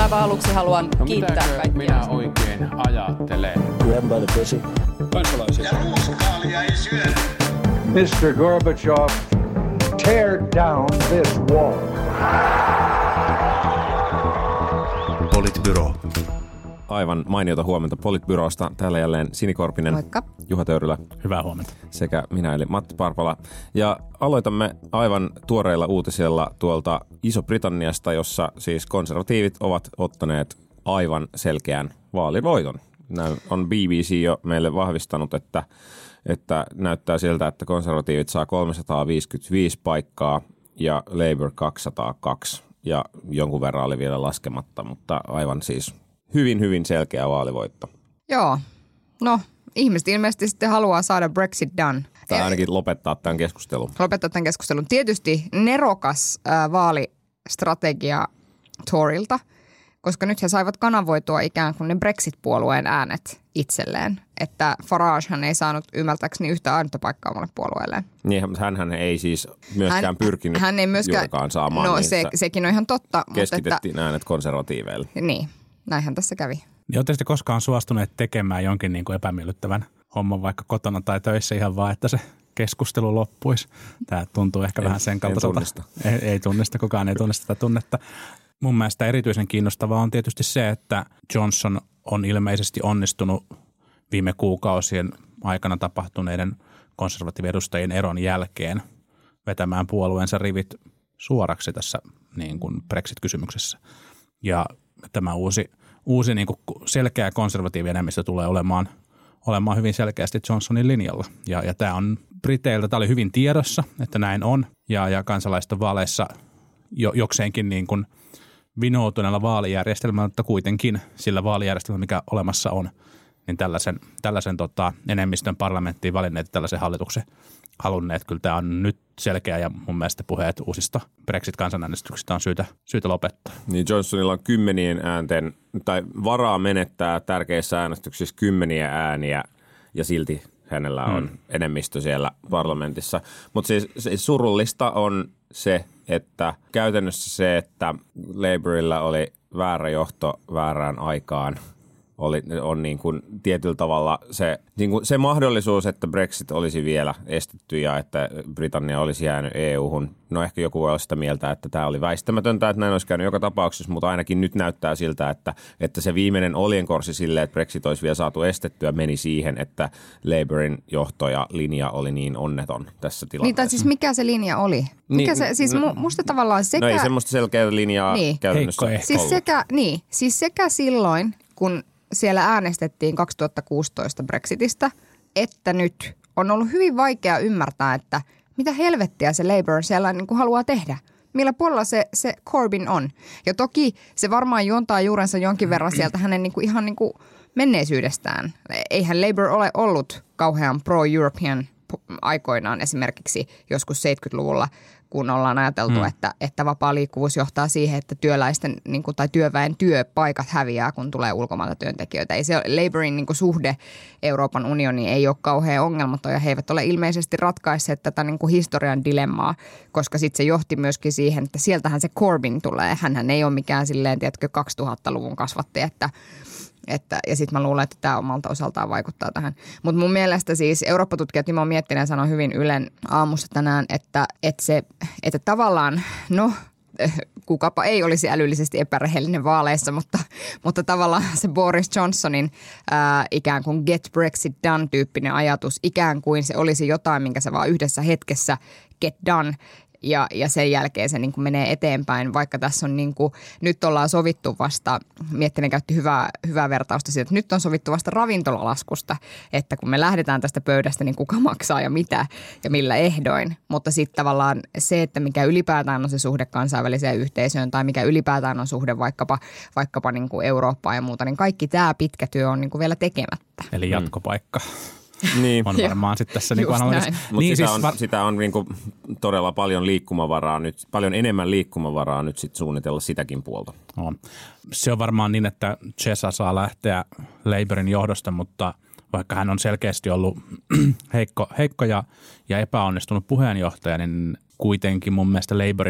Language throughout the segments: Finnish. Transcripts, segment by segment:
aivan aluksi haluan kiittää kaikkia. Minä oikein ajattelen? Grab by the pussy. Kansalaisia. Ja ruuskaalia ei syödä. Mr. Gorbachev, tear down this wall. Politbyro. Aivan mainiota huomenta Politbyrosta. Täällä jälleen Sini Korpinen, Moikka. Juha Töyrylä. Hyvää huomenta. Sekä minä eli Matti Parpala. Ja aloitamme aivan tuoreilla uutisilla tuolta Iso-Britanniasta, jossa siis konservatiivit ovat ottaneet aivan selkeän vaalivoiton. Näin on BBC jo meille vahvistanut, että näyttää siltä, että konservatiivit saa 355 paikkaa ja Labour 202. Ja jonkun verran oli vielä laskematta, mutta aivan siis hyvin selkeä vaalivoitto. Joo, no ihmiset ilmeisesti sitten haluaa saada Brexit done. Tai ainakin lopettaa tämän keskustelun. Tietysti nerokas vaalistrategia Torilta, koska nyt he saivat kanavoitua ikään kuin ne Brexit-puolueen äänet itselleen. Että Faragehan ei saanut ymmärtääkseni yhtä ainutta paikkaa omalle puolueelleen. Niin, hänhän ei siis myöskään pyrkinyt hän ei myöskään, juurikaan saamaan. No sekin on ihan totta. Keskitettiin äänet konservatiiveille. Niin, näinhän tässä kävi. Niin oletteko te koskaan suostuneet tekemään jonkin niin kuin epämiellyttävän homman vaikka kotona tai töissä ihan vaan, että se keskustelu loppuisi? Tämä tuntuu ehkä vähän sen kaltaiselta. Ei tunnista, kukaan ei tunnista tätä tunnetta. Mun mielestä erityisen kiinnostavaa on tietysti se, että Johnson on ilmeisesti onnistunut viime kuukausien aikana tapahtuneiden konservatiiviedustajien eron jälkeen vetämään puolueensa rivit suoraksi tässä niin kuin Brexit-kysymyksessä. Ja tämä uusi niin kuin selkeä konservatiivienemmistö tulee olemaan hyvin selkeästi Johnsonin linjalla. Ja tämä on Briteiltä, tämä oli hyvin tiedossa, että näin on. Ja kansalaisten vaaleissa jokseenkin niin kuin vinoutuneella vaalijärjestelmällä, mutta kuitenkin sillä vaalijärjestelmällä, mikä olemassa on, niin tällaisen enemmistön parlamenttiin valinneet tällaisen hallituksen halunneet. Kyllä tämä on nyt selkeä ja mun mielestä puheet uusista Brexit-kansanäänestyksistä on syytä lopettaa. Niin Johnsonilla on 10 äänten, tai varaa menettää tärkeissä äänestyksissä 10 ääniä ja silti hänellä on enemmistö siellä parlamentissa. Mutta siis surullista on se, että käytännössä se, että Labourilla oli väärä johto väärään aikaan, on niin kuin tietyllä tavalla se mahdollisuus, että Brexit olisi vielä estetty ja että Britannia olisi jäänyt EU-hun. No ehkä joku voi olla sitä mieltä, että tämä oli väistämätöntä, että näin olisi käynyt joka tapauksessa, mutta ainakin nyt näyttää siltä, että se viimeinen oljenkorsi sille, että Brexit olisi vielä saatu estettyä, meni siihen, että Labourin johto ja linja oli niin onneton tässä tilanteessa. Niin, tai siis mikä se linja oli? Musta tavallaan sekä... No ei semmoista selkeää linjaa niin. Käytännössä Siis sekä silloin, kun siellä äänestettiin 2016 Brexitistä, että nyt on ollut hyvin vaikea ymmärtää, että mitä helvettiä se Labour siellä niin kuin haluaa tehdä. Millä puolella se Corbyn on. Ja toki se varmaan juontaa juurensa jonkin verran sieltä hänen niin kuin ihan niin kuin menneisyydeään. Eihän Labour ole ollut kauhean pro-European aikoinaan esimerkiksi joskus 70-luvulla, kun ollaan ajateltu, että vapaa liikkuvuus johtaa siihen, että työläisten niin kuin, tai työväen työpaikat häviää, kun tulee ulkomailta työntekijöitä. Ei se Labourin niin kuin, suhde Euroopan unioniin ei ole kauhean ongelmaton ja he eivät ole ilmeisesti ratkaisseet tätä niin kuin, historian dilemmaa, koska sitten se johti myöskin siihen, että sieltähän se Corbyn tulee. Hänhän ei ole mikään silleen, tiedätkö, 2000-luvun kasvatti, ja sitten mä luulen, että tämä omalta osaltaan vaikuttaa tähän. Mutta mun mielestä siis Eurooppa-tutkija Timo Miettinen sanoi hyvin Ylen aamussa tänään, että tavallaan, no kukapa ei olisi älyllisesti epärehellinen vaaleissa, mutta tavallaan se Boris Johnsonin ikään kuin get Brexit done -tyyppinen ajatus, ikään kuin se olisi jotain, minkä se vaan yhdessä hetkessä get done. Ja sen jälkeen se niin kuin menee eteenpäin, vaikka tässä on niin kuin, nyt ollaan sovittu vasta, Miettinen käytti hyvää vertausta siitä, että nyt on sovittu vasta ravintolalaskusta, että kun me lähdetään tästä pöydästä, niin kuka maksaa ja mitä ja millä ehdoin. Mutta sitten tavallaan se, että mikä ylipäätään on se suhde kansainväliseen yhteisöön tai mikä ylipäätään on suhde vaikkapa niin kuin Eurooppaan ja muuta, niin kaikki tämä pitkä työ on niin kuin vielä tekemättä. Eli jatkopaikka. Niin. On varmaan sitten tässä niin analyysi. Mutta niin, sitä on niin kuin todella paljon liikkumavaraa nyt, paljon enemmän liikkumavaraa nyt sit suunnitella sitäkin puolta. On. Se on varmaan niin, että Chesa saa lähteä Labourin johdosta, mutta vaikka hän on selkeästi ollut heikko ja epäonnistunut puheenjohtaja, niin kuitenkin mun mielestä Labourin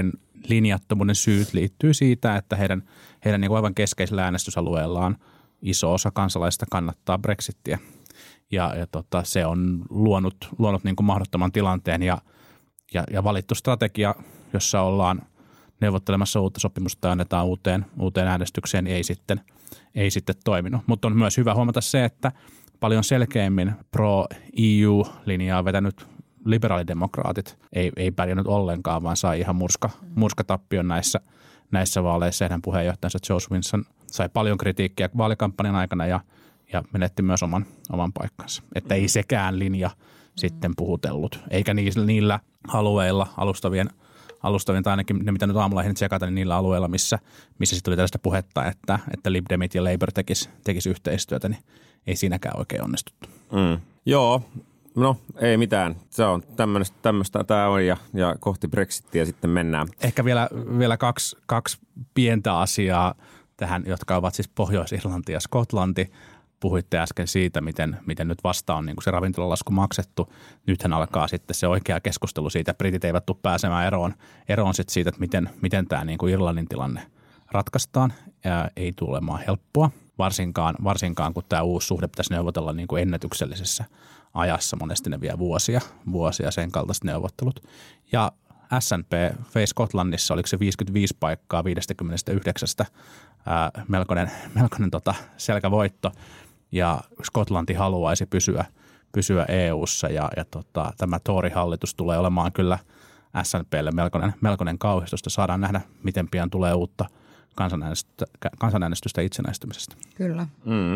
linjattomuuden syyt liittyy siitä, että heidän niin kuin aivan keskeisellä äänestysalueellaan iso osa kansalaista kannattaa Brexittiä. Ja se on luonut niin kuin mahdottoman tilanteen ja valittu strategia, jossa ollaan neuvottelemassa uutta sopimusta ja annetaan uuteen äänestykseen, ei sitten toiminut. Mutta on myös hyvä huomata se, että paljon selkeämmin pro-EU-linjaa vetänyt liberaalidemokraatit ei pärjännyt ollenkaan, vaan sai ihan murskatappion näissä vaaleissa. Heidän puheenjohtajansa Joe Swinson sai paljon kritiikkiä vaalikampanjan aikana ja menetti myös oman paikkansa. Että ei sekään linja sitten puhutellut, eikä niillä alueilla alustavien tai ainakin ne, mitä nyt aamulla ehdin tsekata, niin niillä alueilla, missä sitten oli tällaista puhetta, että Lib Demit ja Labour tekisi yhteistyötä, niin ei siinäkään oikein onnistuttu. Joo, no ei mitään. Se on tämmöistä tämä on ja kohti Brexittiä sitten mennään. Ehkä vielä kaksi pientä asiaa tähän, jotka ovat siis Pohjois-Irlanti ja Skotlanti. Puhuitte äsken siitä, miten nyt vasta on niin kuin se ravintolalasku maksettu. Nythän alkaa sitten se oikea keskustelu siitä. Britit eivät tule pääsemään eroon sitten siitä, että miten tämä niin kuin Irlannin tilanne ratkaistaan. Ja ei tule olemaan helppoa, varsinkaan kun tämä uusi suhde pitäisi neuvotella niin kuin ennätyksellisessä ajassa. Monesti ne vie vuosia sen kaltaiset neuvottelut. Ja SNP vei Skotlannissa, oliko se 55 paikkaa 59, melkoinen selkävoitto. Ja Skotlanti haluaisi pysyä EU:ssa ja tämä Tory-hallitus tulee olemaan kyllä SNP:lle melkoinen kauhistusta. Saadaan nähdä, miten pian tulee uutta kansanäänestystä itsenäistymisestä. Kyllä.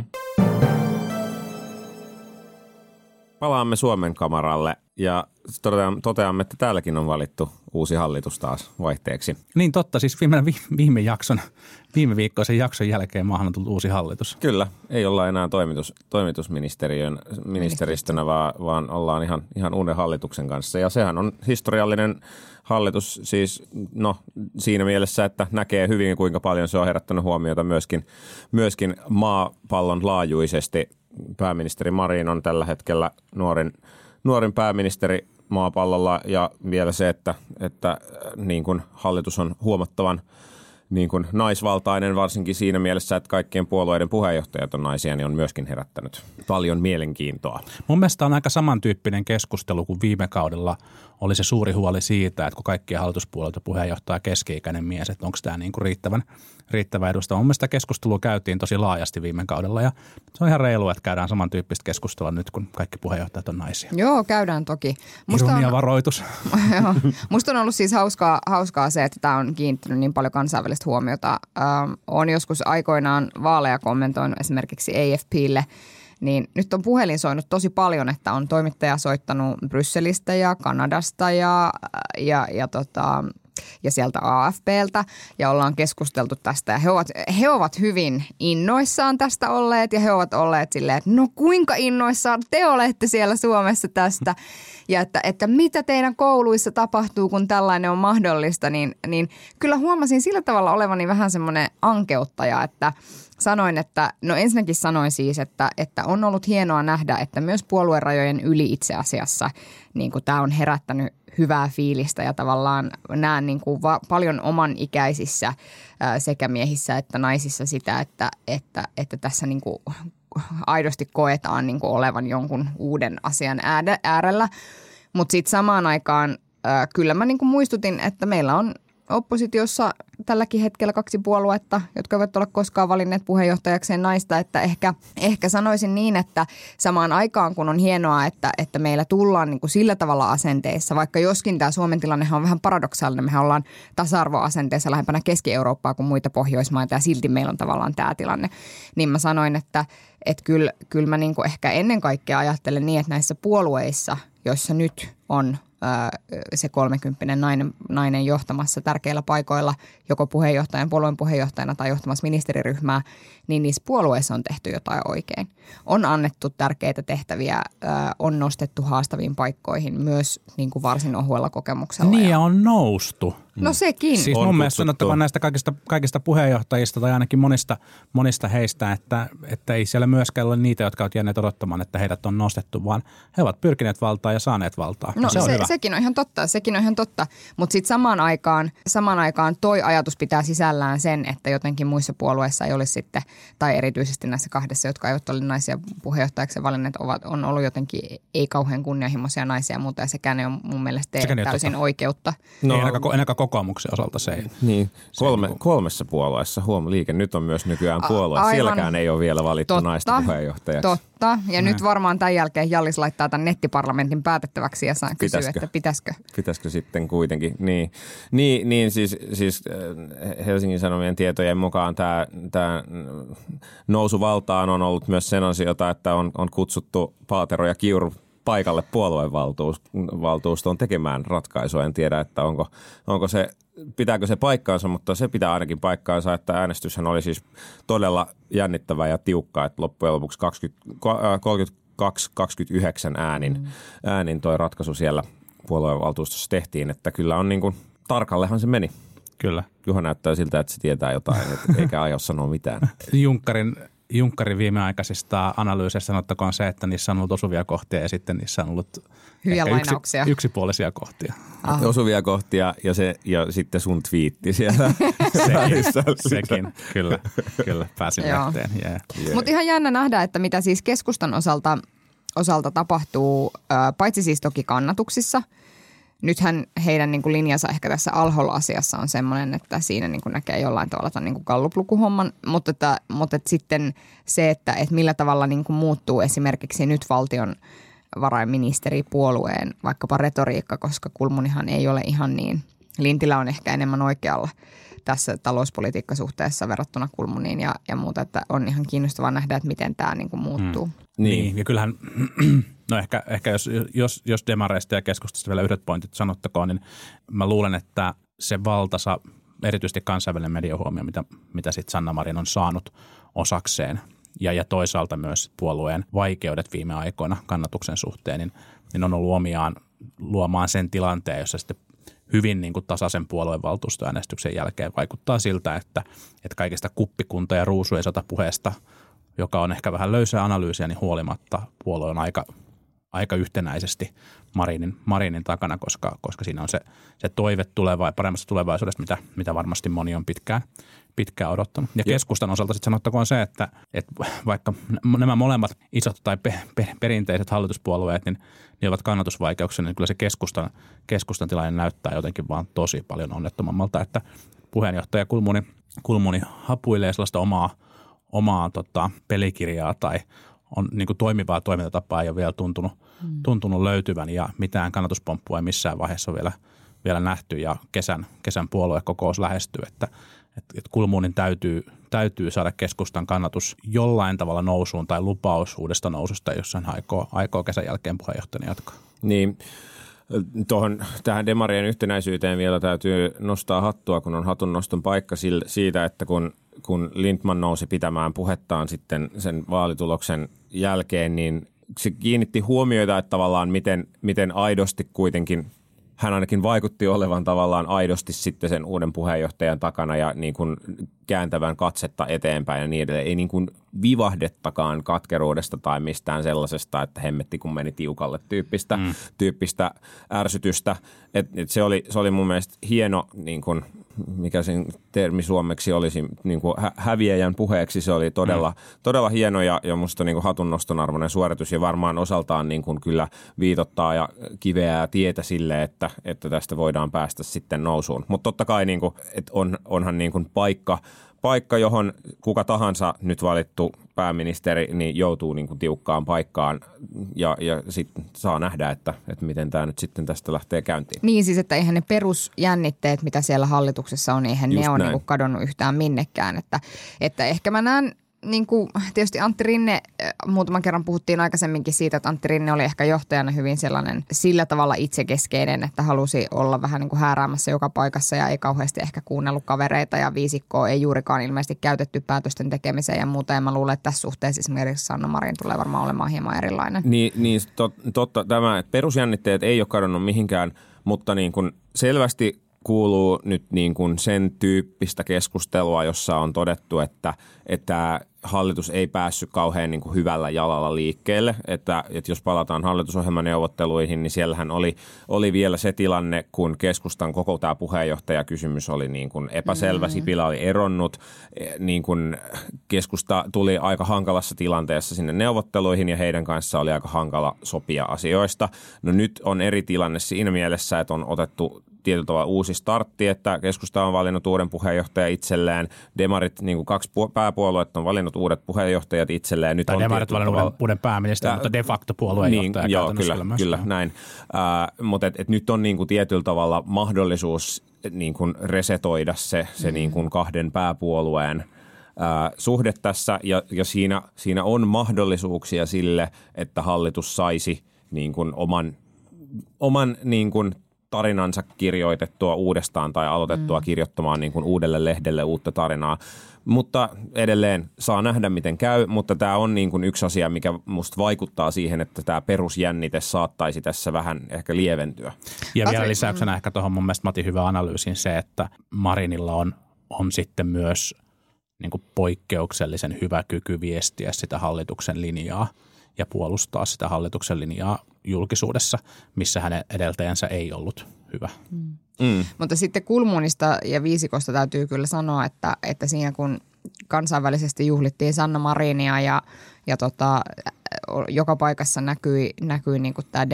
Palaamme Suomen kamaralle ja toteamme, että täälläkin on valittu uusi hallitus taas vaihteeksi. Niin totta, siis viime viikkoisen jakson jälkeen maahan on tullut uusi hallitus. Kyllä, ei olla enää toimitusministeriön ministeristönä, vaan ollaan ihan uuden hallituksen kanssa. Ja sehän on historiallinen hallitus siis siinä mielessä, että näkee hyvin kuinka paljon se on herättänyt huomiota myöskin maapallon laajuisesti. Pääministeri Marin on tällä hetkellä nuorin pääministeri maapallolla ja vielä se, että niin kuin hallitus on huomattavan niin kuin naisvaltainen varsinkin siinä mielessä, että kaikkien puolueiden puheenjohtajat on naisia, niin on myöskin herättänyt paljon mielenkiintoa. Mun mielestä on aika samantyyppinen keskustelu kuin viime kaudella oli se suuri huoli siitä, että kun kaikkien hallituspuolueilta puheenjohtaja keski-ikäinen mies, että onko tämä niin kuin riittävä edustava. Mun mielestä keskustelua käytiin tosi laajasti viime kaudella ja se on ihan reilua, että käydään samantyyppistä keskustelua nyt, kun kaikki puheenjohtajat on naisia. Joo, käydään toki. Ironia-varoitus. Musta on ollut siis hauskaa se, että tämä on kiinnittänyt niin paljon kansainvälistä huomiota. Olen joskus aikoinaan vaaleja kommentoinut esimerkiksi AFP:lle, niin nyt on puhelin soinut tosi paljon, että on toimittaja soittanut Brysselistä ja Kanadasta ja sieltä AFP:ltä ja ollaan keskusteltu tästä. Ja he ovat hyvin innoissaan tästä olleet ja he ovat olleet silleen, että no kuinka innoissaan te olette siellä Suomessa tästä ja että mitä teidän kouluissa tapahtuu, kun tällainen on mahdollista, niin kyllä huomasin sillä tavalla olevani vähän semmoinen ankeuttaja, että sanoin, että no ensinnäkin sanoin siis, että on ollut hienoa nähdä, että myös puoluerajojen yli itse asiassa niin kuin tämä on herättänyt hyvää fiilistä ja tavallaan näen niin kuin paljon oman ikäisissä sekä miehissä että naisissa sitä, että tässä niin kuin aidosti koetaan niin kuin olevan jonkun uuden asian äärellä. Mutta sitten samaan aikaan kyllä mä niin kuin muistutin, että meillä on oppositiossa tälläkin hetkellä 2 puoluetta, jotka eivät ole koskaan valinneet puheenjohtajakseen naista, että ehkä sanoisin niin, että samaan aikaan kun on hienoa, että meillä tullaan niin kuin sillä tavalla asenteissa, vaikka joskin tämä Suomen tilannehan on vähän paradoksaalinen, mehän ollaan tasa-arvoasenteessa lähempänä Keski-Eurooppaa kuin muita Pohjoismaita ja silti meillä on tavallaan tämä tilanne, niin mä sanoin, että kyllä mä niin kuin ehkä ennen kaikkea ajattelen niin, että näissä puolueissa, joissa nyt on se 30 nainen johtamassa tärkeillä paikoilla joko puolueen puheenjohtajana tai johtamassa ministeriryhmää, niin niissä puolueissa on tehty jotain oikein. On annettu tärkeitä tehtäviä, on nostettu haastaviin paikkoihin myös niin kuin varsin ohuella kokemuksella. Niin ja on noustu. No sekin. Siis mun mielestä sanottakoon näistä kaikista puheenjohtajista tai ainakin monista heistä, että ei siellä myöskään ole niitä, jotka ovat jääneet odottamaan, että heidät on nostettu, vaan he ovat pyrkineet valtaa ja saaneet valtaa. No se on hyvä. Sekin on ihan totta. Mutta sitten samaan aikaan toi ajatus pitää sisällään sen, että jotenkin muissa puolueissa ei olisi sitten, tai erityisesti näissä kahdessa, jotka eivät ole naisia puheenjohtajaksi valinneet, on ollut jotenkin ei kauhean kunnianhimoisia naisia ja muuta, ja sekään ei ole mun mielestä täysin oikeutta. No, ei ainakaan kokoomuksen osalta se ei. Niin, kolmessa puolueessa, Liike nyt on myös nykyään puolue. Sielläkään ei ole vielä valittu naista puheenjohtajaksi. Totta, ja nyt varmaan tämän jälkeen Jallis laittaa tämän nettiparlamentin päätettäväksi ja saa kysyä, että pitäisikö. Pitäisikö sitten kuitenkin, niin siis Helsingin Sanomien tietojen mukaan tämä nousu valtaan on ollut myös sen ansiota, että on kutsuttu Paatero ja Kiuru paikalle puoluevaltuustoon tekemään ratkaisua. En tiedä, että onko se, pitääkö se paikkaansa, mutta se pitää ainakin paikkaansa, että äänestyshän oli siis todella jännittävä ja tiukka, että loppujen lopuksi 32-29 äänin toi ratkaisu siellä puoluevaltuustossa tehtiin, että kyllä on niin kuin, tarkallehan se meni. Kyllä. Juha näyttää siltä, että se tietää jotain, eikä aio sanoa mitään. Junkkarin viimeaikaisista analyyseistä sanottakoon se, että niissä on ollut osuvia kohtia ja sitten niissä on ollut hyviä lainauksia. Yksipuolisia kohtia. Osuvia kohtia ja sitten sun twiitti siellä. Sekin, kyllä, pääsin lähteen. Yeah. Mutta ihan jännä nähdä, että mitä siis keskustan osalta tapahtuu, paitsi siis toki kannatuksissa. Nythän heidän niin kuin linjansa ehkä tässä Al-Hol-asiassa on semmoinen, että siinä niin kuin näkee jollain tavalla tämän niin kuin Gallup-lukuhomman, mutta sitten se, että millä tavalla niin kuin muuttuu esimerkiksi nyt valtiovarainministeripuolueen vaikkapa retoriikka, koska Kulmunihan ei ole ihan niin, Lintilä on ehkä enemmän oikealla tässä talouspolitiikkasuhteessa verrattuna Kulmuniin ja muuta, että on ihan kiinnostavaa nähdä, että miten tämä niin kuin muuttuu. Niin, ja kyllähän, no ehkä jos demareista ja keskustasta vielä yhdet pointit sanottakoon, niin mä luulen, että se valtasa, erityisesti kansainvälinen mediahuomio, mitä sitten Sanna Marin on saanut osakseen, ja toisaalta myös puolueen vaikeudet viime aikoina kannatuksen suhteen, niin on ollut omiaan luomaan sen tilanteen, jossa sitten hyvin niin kuin tasaisen puoluevaltuustoäänestyksen jälkeen vaikuttaa siltä, että kaikista kuppikunta ja ruusu ei sata puheesta, joka on ehkä vähän löysää analyysiä, niin huolimatta puolue on aika yhtenäisesti Marinin takana, koska siinä on se toive paremmasta tulevaisuudesta, mitä varmasti moni on pitkään odottanut. Ja keskustan osalta sitten sanottakoon se, että vaikka nämä molemmat isot tai perinteiset hallituspuolueet, niin ovat kannatusvaikeuksia, niin kyllä se keskustan tilanne näyttää jotenkin vaan tosi paljon onnettomammalta, että puheenjohtaja Kulmuni hapuilee sellaista omaa pelikirjaa tai on niin kuin toimivaa toimintatapaa ei ole vielä tuntunut löytyvän ja mitään kannatuspomppua ei missään vaiheessa vielä nähty ja kesän puoluekokous lähestyy, että Kulmunin täytyy saada keskustan kannatus jollain tavalla nousuun tai lupaus uudesta noususta, jos hän aikoo kesän jälkeen puheenjohtajana jatkaa. Niin. Tähän demarien yhtenäisyyteen vielä täytyy nostaa hattua, kun on hatunnoston paikka siitä, että kun Lindtman nousi pitämään puhettaan sitten sen vaalituloksen jälkeen, niin se kiinnitti huomioita, että tavallaan miten aidosti kuitenkin hän ainakin vaikutti olevan tavallaan aidosti sitten sen uuden puheenjohtajan takana ja niin kuin kääntävän katsetta eteenpäin ja niin edelleen. Ei niin kuin vivahdettakaan katkeruudesta tai mistään sellaisesta, että hemmetti kun meni tiukalle tyyppistä ärsytystä. Se oli mun mielestä hieno, niin kuin, mikä sen termi suomeksi olisi, niin kuin häviäjän puheeksi. Se oli todella hieno ja musta niin kuin hatunnoston arvoinen suoritus ja varmaan osaltaan niin kuin kyllä viitottaa ja kiveää tietä sille, että tästä voidaan päästä sitten nousuun. Mutta totta kai niin kuin, että onhan niin kuin paikka, johon kuka tahansa nyt valittu pääministeri niin joutuu niin kuin tiukkaan paikkaan ja sitten saa nähdä, että miten tämä nyt sitten tästä lähtee käyntiin. Niin siis, että eihän ne perusjännitteet, mitä siellä hallituksessa on, eihän just ne ole niin kuin kadonnut yhtään minnekään. Että ehkä mä näen, niin kuin tietysti Antti Rinne, muutaman kerran puhuttiin aikaisemminkin siitä, että Antti Rinne oli ehkä johtajana hyvin sellainen sillä tavalla itsekeskeinen, että halusi olla vähän niin kuin hääräämässä joka paikassa ja ei kauheasti ehkä kuunnellut kavereita ja viisikkoa ei juurikaan ilmeisesti käytetty päätösten tekemiseen ja muuta. Ja mä luulen, että tässä suhteessa esimerkiksi Sanna Marin tulee varmaan olemaan hieman erilainen. Totta tämä, että perusjännitteet ei ole kadonnut mihinkään, mutta niin kuin selvästi kuuluu nyt niin kuin sen tyyppistä keskustelua, jossa on todettu, että hallitus ei päässyt kauhean niin kuin hyvällä jalalla liikkeelle. Että jos palataan hallitusohjelmaneuvotteluihin, niin siellähän oli vielä se tilanne, kun keskustan koko tämä puheenjohtajakysymys oli niin kuin epäselvä. Sipilä oli eronnut. Niin kuin keskusta tuli aika hankalassa tilanteessa sinne neuvotteluihin ja heidän kanssa oli aika hankala sopia asioista. No nyt on eri tilanne siinä mielessä, että on otettu tietyllä tavalla uusi startti, että keskusta on valinnut uuden puheenjohtajan itselleen. Demarit, niin kuin 2 pääpuoluetta on valinnut uudet puheenjohtajat itselleen. Nyt on demarit valinnut uuden pääministerin, mutta de facto puolueenjohtaja. Niin, joo, kyllä, näin. Mutta nyt on niin kuin tietyllä tavalla mahdollisuus niin kuin resetoida se niin kuin 2 pääpuolueen suhde tässä ja siinä on mahdollisuuksia sille, että hallitus saisi niin kuin oman niin kuin tarinansa kirjoitettua uudestaan tai aloitettua kirjoittamaan niin kuin uudelle lehdelle uutta tarinaa. Mutta edelleen saa nähdä, miten käy, mutta tämä on niin kuin yksi asia, mikä musta vaikuttaa siihen, että tämä perusjännite saattaisi tässä vähän ehkä lieventyä. Ja vielä lisäyksenä ehkä tuohon mun mielestä Matti hyvä analyysin se, että Marinilla on sitten myös niin kuin poikkeuksellisen hyvä kyky viestiä sitä hallituksen linjaa ja puolustaa sitä hallituksen linjaa julkisuudessa, missä hänen edeltäjänsä ei ollut hyvä. Mutta sitten Kulmunista ja viisikosta täytyy kyllä sanoa, että siinä kun kansainvälisesti juhlittiin Sanna Marinia ja joka paikassa näkyi niin kuin tämä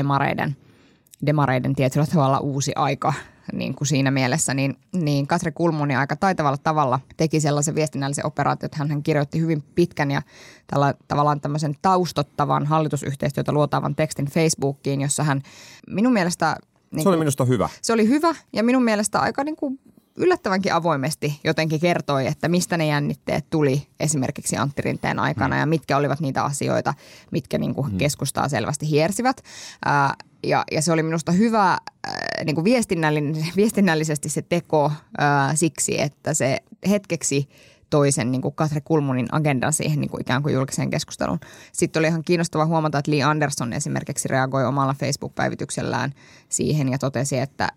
demareiden tietyllä tavalla uusi aika niin kuin siinä mielessä, niin Katri Kulmuni aika taitavalla tavalla teki sellaisen viestinnällisen operaation, että hän kirjoitti hyvin pitkän ja tavallaan tämmöisen taustottavan hallitusyhteistyötä luotaavan tekstin Facebookiin, jossa hän minun mielestä se oli minusta hyvä. Se oli hyvä ja minun mielestä aika niin kuin yllättävänkin avoimesti jotenkin kertoi, että mistä ne jännitteet tuli esimerkiksi Antti Rinteen aikana ja mitkä olivat niitä asioita, mitkä niin kuin keskustaa selvästi hiersivät. Ja se oli minusta hyvä niin kuin viestinnällisesti se teko siksi, että se hetkeksi toisen niin kuin Katri Kulmunin agendan siihen niin kuin ikään kuin julkiseen keskusteluun. Sitten oli ihan kiinnostava huomata, että Li Andersson esimerkiksi reagoi omalla Facebook-päivityksellään siihen ja totesi, että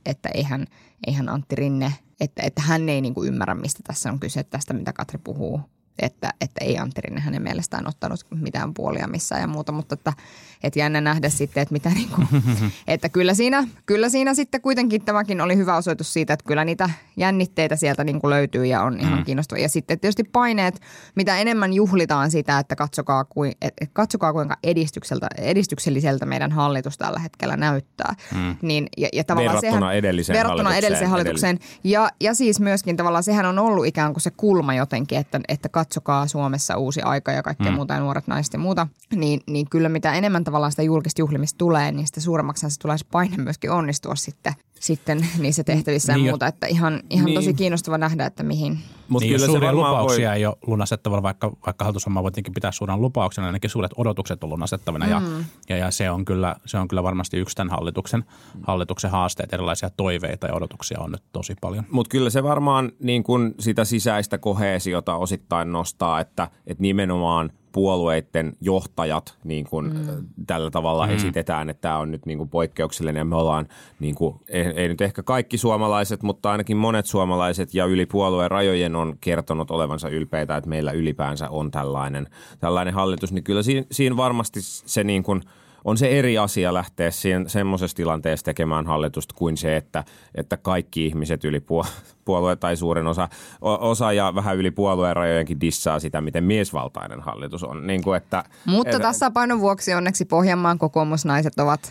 eihän Antti Rinne, että hän ei niin kuin ymmärrä, mistä tässä on kyse tästä, mitä Katri puhuu. Että ei Antti Rinne hänen mielestään ottanut mitään puolia missään ja muuta, mutta että jännä nähdä sitten, että mitä niin kuin, että kyllä siinä sitten kuitenkin tämäkin oli hyvä osoitus siitä, että kyllä niitä jännitteitä sieltä niin kuin löytyy ja on ihan kiinnostavaa. Ja sitten tietysti paineet, mitä enemmän juhlitaan sitä, että katsokaa kuinka edistykselliseltä meidän hallitus tällä hetkellä näyttää. Niin, ja tavallaan verrattuna edelliseen hallitukseen. Ja siis myöskin tavallaan sehän on ollut ikään kuin se kulma jotenkin, että katsokaa Suomessa uusi aika ja kaikkea muuta ja nuoret naiset ja muuta, niin kyllä mitä enemmän tavallaan sitä julkista juhlimista tulee, niin sitä suuremmaksi se tulee se paine myöskin onnistua sitten niissä tehtävissä ja muuta. Että ihan tosi kiinnostava nähdä, että mihin. Mutta niin, kyllä suuria lupauksia ei ole lunastettavana, vaikka hallitusohjelma voitinkin pitää suuren lupauksena, ainakin suuret odotukset on lunastettavana ja se on kyllä varmasti yksi tämän hallituksen haasteet, erilaisia toiveita ja odotuksia on nyt tosi paljon. Mutta kyllä se varmaan niin kun sitä sisäistä koheesiota osittain nostaa, että nimenomaan puolueiden johtajat niin kuin tällä tavalla esitetään, että tämä on nyt niin kuin poikkeuksellinen ja me ollaan, niin kuin, ei nyt ehkä kaikki suomalaiset, mutta ainakin monet suomalaiset ja yli puolueen rajojen on kertonut olevansa ylpeitä, että meillä ylipäänsä on tällainen hallitus, niin kyllä siinä varmasti se niin kuin on se eri asia lähteä semmoisessa tilanteessa tekemään hallitusta kuin se, että kaikki ihmiset yli puolue tai suurin osa ja vähän yli puolueen rajojenkin dissaa sitä, miten miesvaltainen hallitus on. Niin kuin mutta tasapainon vuoksi onneksi Pohjanmaan kokoomusnaiset ovat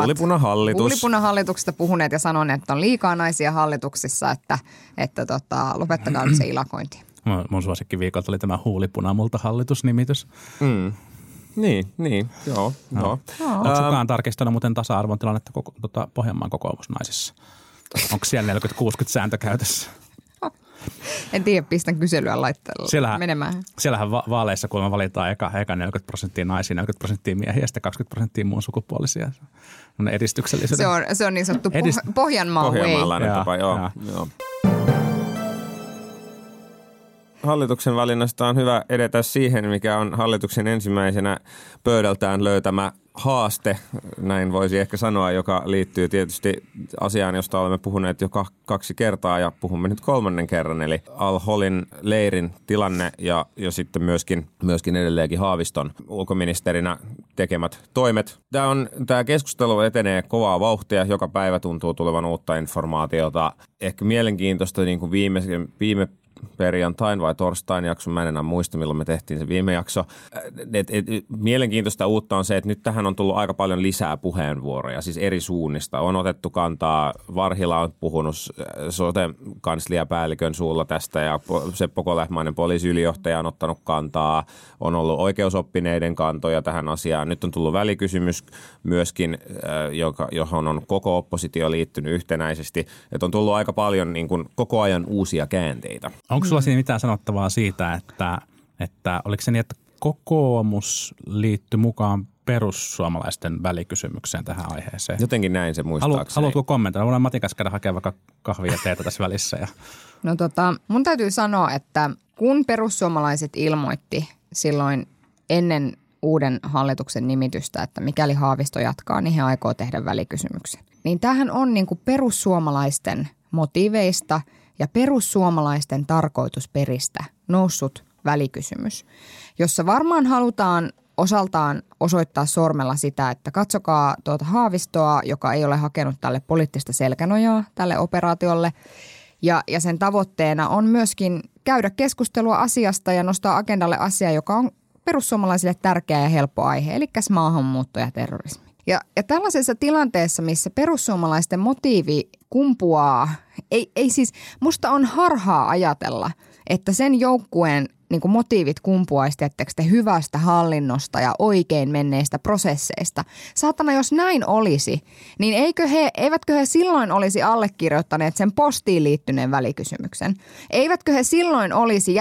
huulipunahallituksesta puhuneet ja sanoneet, että on liikaa naisia hallituksissa, että lopettakaa nyt se ilakointi. Mun suosikki viikolta oli tämä huulipuna-multa-hallitusnimitys. Niin, joo. Onko sukaan tarkistanut muuten tasa-arvon tilannetta Pohjanmaan kokoomusnaisissa? Onko siellä 40-60 sääntö käytössä? En tiedä, pistän kyselyä laitteella menemään. Siellähän vaaleissa, kun me valitaan eka 40% naisia, 40% miehiä ja sitten 20% muun sukupuolisia. Se on niin sanottu Pohjanmaan way. Pohjanmaalainen tapa, joo. Hallituksen valinnasta on hyvä edetä siihen, mikä on hallituksen ensimmäisenä pöydältään löytämä haaste, näin voisi ehkä sanoa, joka liittyy tietysti asiaan, josta olemme puhuneet jo 2 kertaa ja puhumme nyt 3. kerran, eli al-Holin leirin tilanne ja sitten myöskin edelleenkin Haaviston ulkoministerinä tekemät toimet. Tämä keskustelu etenee kovaa vauhtia, joka päivä tuntuu tulevan uutta informaatiota. Ehkä mielenkiintoista niin kuin viime perjantain vai torstain jakson, mä en enää muista milloin me tehtiin se viime jakso. Mielenkiintoista uutta on se, että nyt tähän on tullut aika paljon lisää puheenvuoroja, siis eri suunnista. On otettu kantaa, Varhila on puhunut sote-kansliapäällikön suulla tästä ja Seppo Kolehmainen poliisiylijohtaja on ottanut kantaa. On ollut oikeusoppineiden kantoja tähän asiaan. Nyt on tullut välikysymys myöskin, johon on koko oppositio liittynyt yhtenäisesti. Että on tullut aika paljon niin kuin koko ajan uusia käänteitä. Onko sulla siinä mitään sanottavaa siitä, että oliko se niin, että kokoomus liittyi mukaan perussuomalaisten välikysymykseen tähän aiheeseen? Jotenkin näin se muistaakseni. Haluatko kommentoida? Voidaan Matikas käydä hakemaan vaikka kahvia ja teetä tässä välissä. Ja. No mun täytyy sanoa, että kun perussuomalaiset ilmoitti silloin ennen uuden hallituksen nimitystä, että mikäli Haavisto jatkaa, niin he aikoo tehdä välikysymyksen. Niin tämähän on niin kuin perussuomalaisten motiiveista ja perussuomalaisten tarkoitusperistä noussut välikysymys, jossa varmaan halutaan osaltaan osoittaa sormella sitä, että katsokaa tuota Haavistoa, joka ei ole hakenut tälle poliittista selkänojaa tälle operaatiolle. Ja sen tavoitteena on myöskin käydä keskustelua asiasta ja nostaa agendalle asia, joka on perussuomalaisille tärkeä ja helppo aihe, eli maahanmuutto ja terrorismi. Ja tällaisessa tilanteessa, missä perussuomalaisten motiivi kumpuaa, ei siis, musta on harhaa ajatella, että sen joukkueen niin kuin motiivit kumpuaisi, tiettekö te, hyvästä hallinnosta ja oikein menneistä prosesseista. Saatana, jos näin olisi, niin eivätkö he silloin olisi allekirjoittaneet sen postiin liittyneen välikysymyksen? Eivätkö he silloin olisi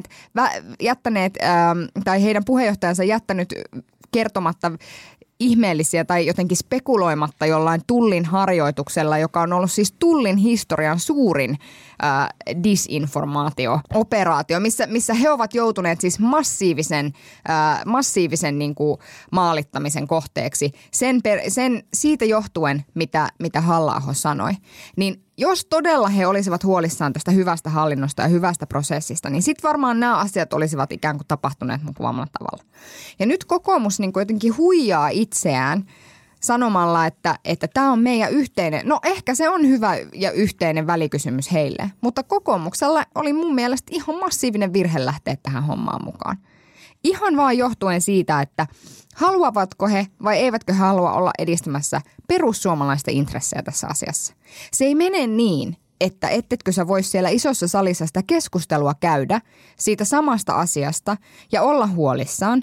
jättäneet tai heidän puheenjohtajansa jättänyt kertomatta ihmeellisiä tai jotenkin spekuloimatta jollain Tullin harjoituksella, joka on ollut siis Tullin historian suurin disinformaatio-operaatio, missä he ovat joutuneet siis massiivisen niin kuin maalittamisen kohteeksi siitä johtuen, mitä Halla-aho sanoi. Niin jos todella he olisivat huolissaan tästä hyvästä hallinnosta ja hyvästä prosessista, niin sitten varmaan nämä asiat olisivat ikään kuin tapahtuneet mukavammalla tavalla. Ja nyt kokoomus niin kuin jotenkin huijaa itseään sanomalla, että tämä on meidän yhteinen, no ehkä se on hyvä ja yhteinen välikysymys heille, mutta kokoomuksella oli mun mielestä ihan massiivinen virhe lähteä tähän hommaan mukaan. Ihan vaan johtuen siitä, että haluavatko he vai eivätkö he halua olla edistämässä perussuomalaisten intressejä tässä asiassa. Se ei mene niin, että ettetkö sä vois siellä isossa salissa sitä keskustelua käydä siitä samasta asiasta ja olla huolissaan,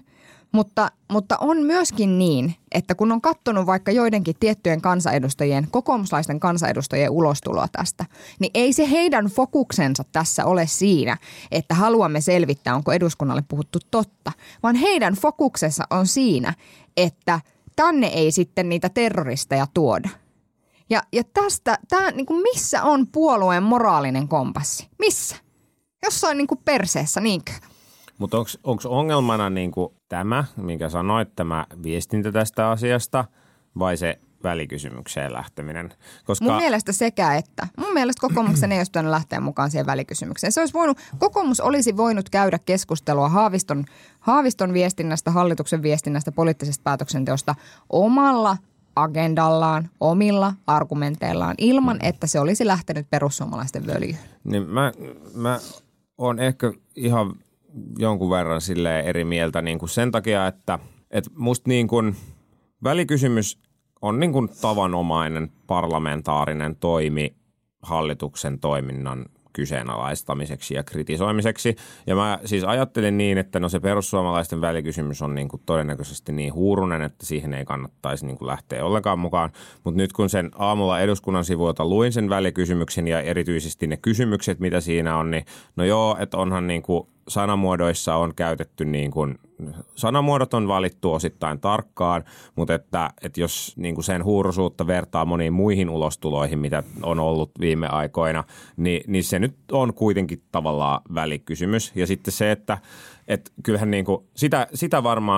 mutta on myöskin niin, että kun on katsonut vaikka joidenkin tiettyjen kansanedustajien, kokoomuslaisten kansanedustajien ulostuloa tästä, niin ei se heidän fokuksensa tässä ole siinä, että haluamme selvittää, onko eduskunnalle puhuttu totta, vaan heidän fokuksensa on siinä, että tänne ei sitten niitä terroristeja tuoda. Ja tästä, niin kuin missä on puolueen moraalinen kompassi? Missä? Jossain niin kuin perseessä, niinkö? Mutta onko ongelmana niinku tämä, minkä sanoit, tämä viestintä tästä asiasta vai se välikysymykseen lähteminen? Koska mun mielestä sekä että. Mun mielestä kokoomuksen ei olisi pitänyt lähteä mukaan siihen välikysymykseen. Kokoomus olisi voinut käydä keskustelua Haaviston viestinnästä, hallituksen viestinnästä, poliittisesta päätöksenteosta omalla agendallaan, omilla argumenteillaan ilman, että se olisi lähtenyt perussuomalaisten völjyyn. Niin mä oon ehkä ihan jonkun verran silleen eri mieltä niin kuin sen takia, että musta niin kuin välikysymys on niin kuin tavanomainen parlamentaarinen toimi hallituksen toiminnan kyseenalaistamiseksi ja kritisoimiseksi. Ja mä siis ajattelin niin, että no se perussuomalaisten välikysymys on niin kuin todennäköisesti niin huurunen, että siihen ei kannattaisi niin kuin lähteä ollenkaan mukaan. Mutta nyt kun sen aamulla eduskunnan sivuilta luin sen välikysymyksen ja erityisesti ne kysymykset, mitä siinä on, niin no joo, että onhan niin kuin sanamuodoissa on käytetty niin kuin, sanamuodot on valittu osittain tarkkaan, mutta että jos niin kuin sen huuruisuutta vertaa moniin muihin ulostuloihin, mitä on ollut viime aikoina, niin se nyt on kuitenkin tavallaan välikysymys. Ja sitten se, että kyllähän niin kuin sitä varmaan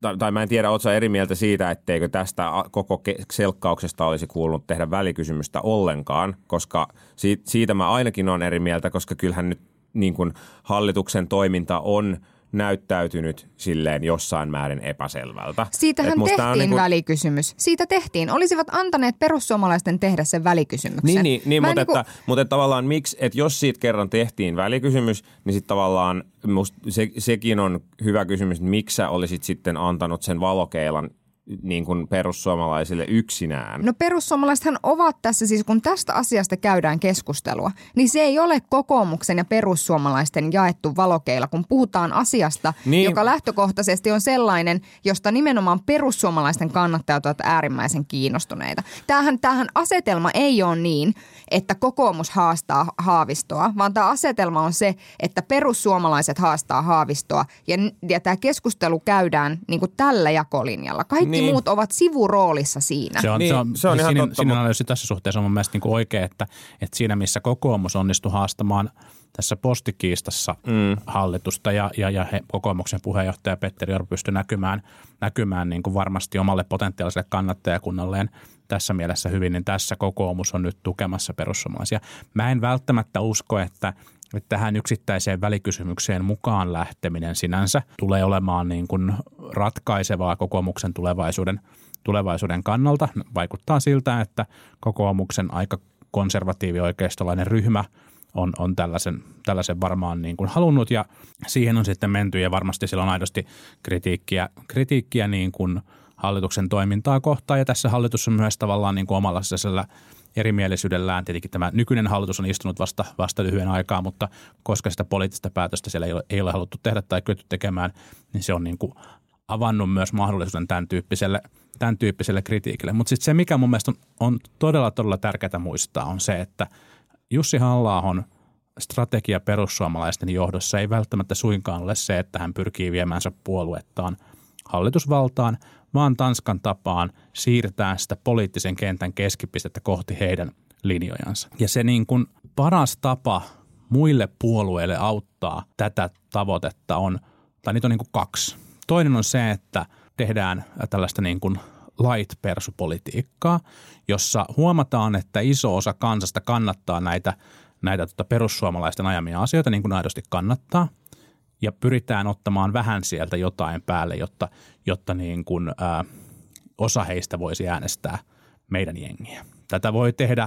tai mä en tiedä, ootko eri mieltä siitä, etteikö tästä koko selkkauksesta olisi kuulunut tehdä välikysymystä ollenkaan, koska siitä mä ainakin olen eri mieltä, koska kyllähän nyt niin kuin hallituksen toiminta on näyttäytynyt silleen jossain määrin epäselvältä. Siitähän tehtiin niin kuin välikysymys. Siitä tehtiin. Olisivat antaneet perussuomalaisten tehdä sen välikysymyksen. Niin mutta tavallaan miksi, että jos siitä kerran tehtiin välikysymys, niin sitten tavallaan sekin on hyvä kysymys, että miksi sä olisit sitten antanut sen valokeilan niin kuin perussuomalaisille yksinään. No perussuomalaisethan ovat tässä siis, kun tästä asiasta käydään keskustelua, niin se ei ole kokoomuksen ja perussuomalaisten jaettu valokeila, kun puhutaan asiasta, joka lähtökohtaisesti on sellainen, josta nimenomaan perussuomalaisten kannattajat ovat äärimmäisen kiinnostuneita. Tämähän asetelma ei ole niin, että kokoomus haastaa Haavistoa, vaan tämä asetelma on se, että perussuomalaiset haastaa Haavistoa ja tämä keskustelu käydään niin kuin tällä jakolinjalla. Kaikki muut ovat sivuroolissa siinä. Se on ihan totta. Siinä on tässä suhteessa mun mielestä niin kuin oikein, että siinä missä kokoomus onnistui haastamaan tässä postikiistassa hallitusta ja kokoomuksen puheenjohtaja Petteri Orpo pystyi näkymään niin kuin varmasti omalle potentiaaliselle kannattajakunnalleen tässä mielessä hyvin, niin tässä kokoomus on nyt tukemassa perussuomalaisia. Mä en välttämättä usko, että tähän yksittäiseen välikysymykseen mukaan lähteminen sinänsä tulee olemaan niin kuin ratkaisevaa kokoomuksen tulevaisuuden kannalta. Vaikuttaa siltä, että kokoomuksen aika konservatiivi-oikeistolainen ryhmä on tällaisen varmaan niin kuin halunnut ja siihen on sitten menty ja varmasti sillä on aidosti kritiikkiä niin kuin hallituksen toimintaa kohtaan ja tässä hallitus on myös tavallaan niin kuin omalla sisäisellä erimielisyydellään. Tietenkin tämä nykyinen hallitus on istunut vasta lyhyen aikaa, mutta koska sitä poliittista päätöstä siellä ei ole haluttu tehdä tai kyetty tekemään, niin se on niin kuin avannut myös mahdollisuuden tämän tyyppiselle kritiikille. Mutta sitten se, mikä mun mielestä on todella tärkeää muistaa, on se, että Jussi Halla-ahon strategia perussuomalaisten johdossa ei välttämättä suinkaan ole se, että hän pyrkii viemänsä puoluettaan hallitusvaltaan, vaan Tanskan tapaan siirtää sitä poliittisen kentän keskipistettä kohti heidän linjojansa. Ja se niin kuin paras tapa muille puolueille auttaa tätä tavoitetta on, tai niitä on niin kuin kaksi. Toinen on se, että tehdään tällaista niin kuin light-persupolitiikkaa, jossa huomataan, että iso osa kansasta kannattaa näitä perussuomalaisten ajamia asioita, niin kuin aidosti kannattaa. Ja pyritään ottamaan vähän sieltä jotain päälle, jotta niin kuin, osa heistä voisi äänestää meidän jengiä. Tätä voi tehdä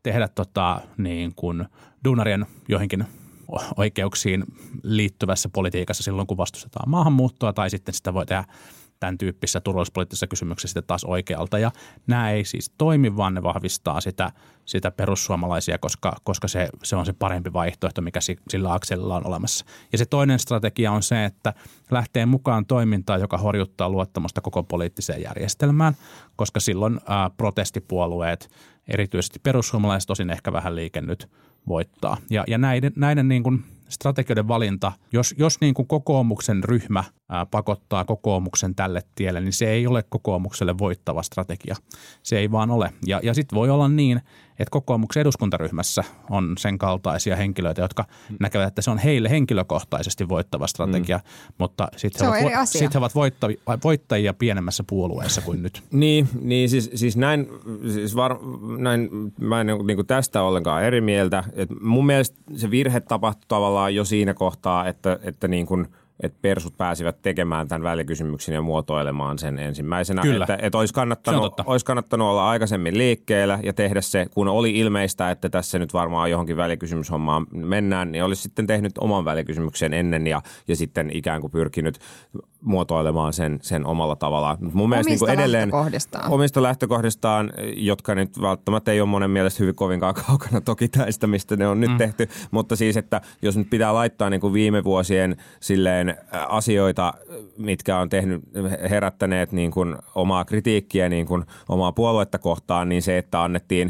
niin kuin duunarien joihinkin oikeuksiin liittyvässä politiikassa silloin, kun vastustetaan maahanmuuttoa, tai sitten sitä voi tehdä tämän tyyppisessä turvallisuuspoliittisessa kysymyksessä sitten taas oikealta. Ja nämä ei siis toimi, vaan ne vahvistaa sitä perussuomalaisia, koska se on se parempi vaihtoehto, mikä sillä akselilla on olemassa. Ja se toinen strategia on se, että lähtee mukaan toimintaan, joka horjuttaa luottamusta koko poliittiseen järjestelmään, koska silloin protestipuolueet, erityisesti perussuomalaiset, tosin ehkä vähän Liike Nyt, voittaa. Ja näiden niin kuin strategioiden valinta, jos niin kuin kokoomuksen ryhmä pakottaa kokoomuksen tälle tielle, niin se ei ole kokoomukselle voittava strategia. Se ei vaan ole. Ja sitten voi olla niin, että kokoomuksen eduskuntaryhmässä on sen kaltaisia henkilöitä, jotka näkevät, että se on heille henkilökohtaisesti voittmä strategia, mutta sitten he ovat voittajia pienemmässä puolueessa kuin nyt. Niin siis näin mä en niin kuin tästä ollenkaan eri mieltä. Et mun mielestä se virhe tapahtui tavallaan jo siinä kohtaa, että niin kuin että persut pääsivät tekemään tämän välikysymyksen ja muotoilemaan sen ensimmäisenä. Kyllä. Että olisi kannattanut olla aikaisemmin liikkeellä ja tehdä se, kun oli ilmeistä, että tässä nyt varmaan johonkin välikysymyshommaan mennään, niin olisi sitten tehnyt oman välikysymyksen ennen ja sitten ikään kuin pyrkinyt muotoilemaan sen omalla tavallaan. Mun mielestä niin kuin edelleen omista lähtökohdistaan, jotka nyt välttämättä ei ole monen mielestä hyvin kovinkaan kaukana toki tästä, mistä ne on nyt tehty, mutta siis, että jos nyt pitää laittaa niin kuin viime vuosien silleen asioita, mitkä on herättäneet niin kuin omaa kritiikkiä niin kuin omaa puoluetta kohtaan, niin se, että annettiin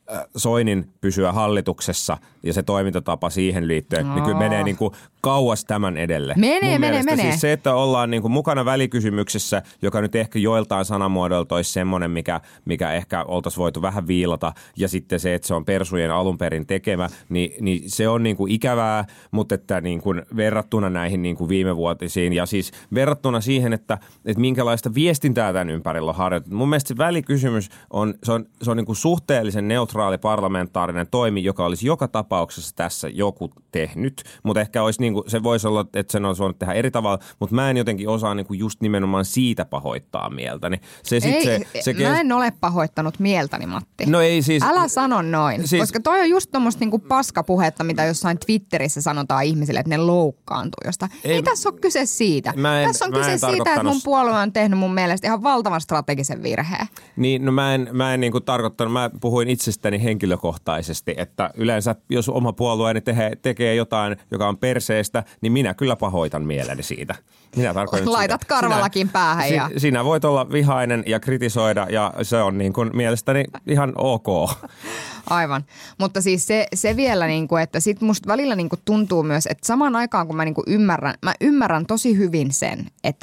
Soinin pysyä hallituksessa ja se toimintatapa siihen liittyen, niin kyllä menee niin kuin kauas tämän edelle. Menee. Siis se, että ollaan niin kuin mukana välikysymyksessä, joka nyt ehkä joiltain sanamuodolta olisi semmoinen, mikä ehkä oltaisiin voitu vähän viilata, ja sitten se, että se on persujen alun perin tekemä, niin se on niin kuin ikävää, mutta että niin kuin verrattuna näihin niin kuin viimevuotisiin ja siis verrattuna siihen, että minkälaista viestintää tämän ympärillä on harjoitettu. Mun mielestä se välikysymys on niin kuin suhteellisen neutraali parlamentaarinen toimi, joka olisi joka tapauksessa tässä joku tehnyt, mutta ehkä olisi niin kuin, se voisi olla, että sen olisi voinut tehdä eri tavalla, mutta mä en jotenkin osaa niin kuin just nimenomaan siitä pahoittaa mieltäni. Mä en ole pahoittanut mieltäni, Matti. No ei siis. Älä sano noin, koska toi on just tommoista niinku paskapuhetta, mitä jossain Twitterissä sanotaan ihmisille, että ne loukkaantuu jostain. Ei tässä ole kyse siitä. Tässä on kyse siitä, että mun puolue on tehnyt mun mielestä ihan valtavan strategisen virheen. Niin, no mä en niin kuin tarkoittanut, mä puhuin itsestäni henkilökohtaisesti, että yleensä jos oma puolueeni tekee jotain, joka on perseestä, niin minä kyllä pahoitan mieleni siitä. Minä tarkoitan laitat sitä. karvallakin päähän. Sinä voit olla vihainen ja kritisoida ja se on niin kuin mielestäni ihan ok. Aivan. Mutta siis se vielä, niin kuin, että sit musta välillä niin kuin tuntuu myös, että samaan aikaan kun mä niin kuin ymmärrän tosi hyvin sen, että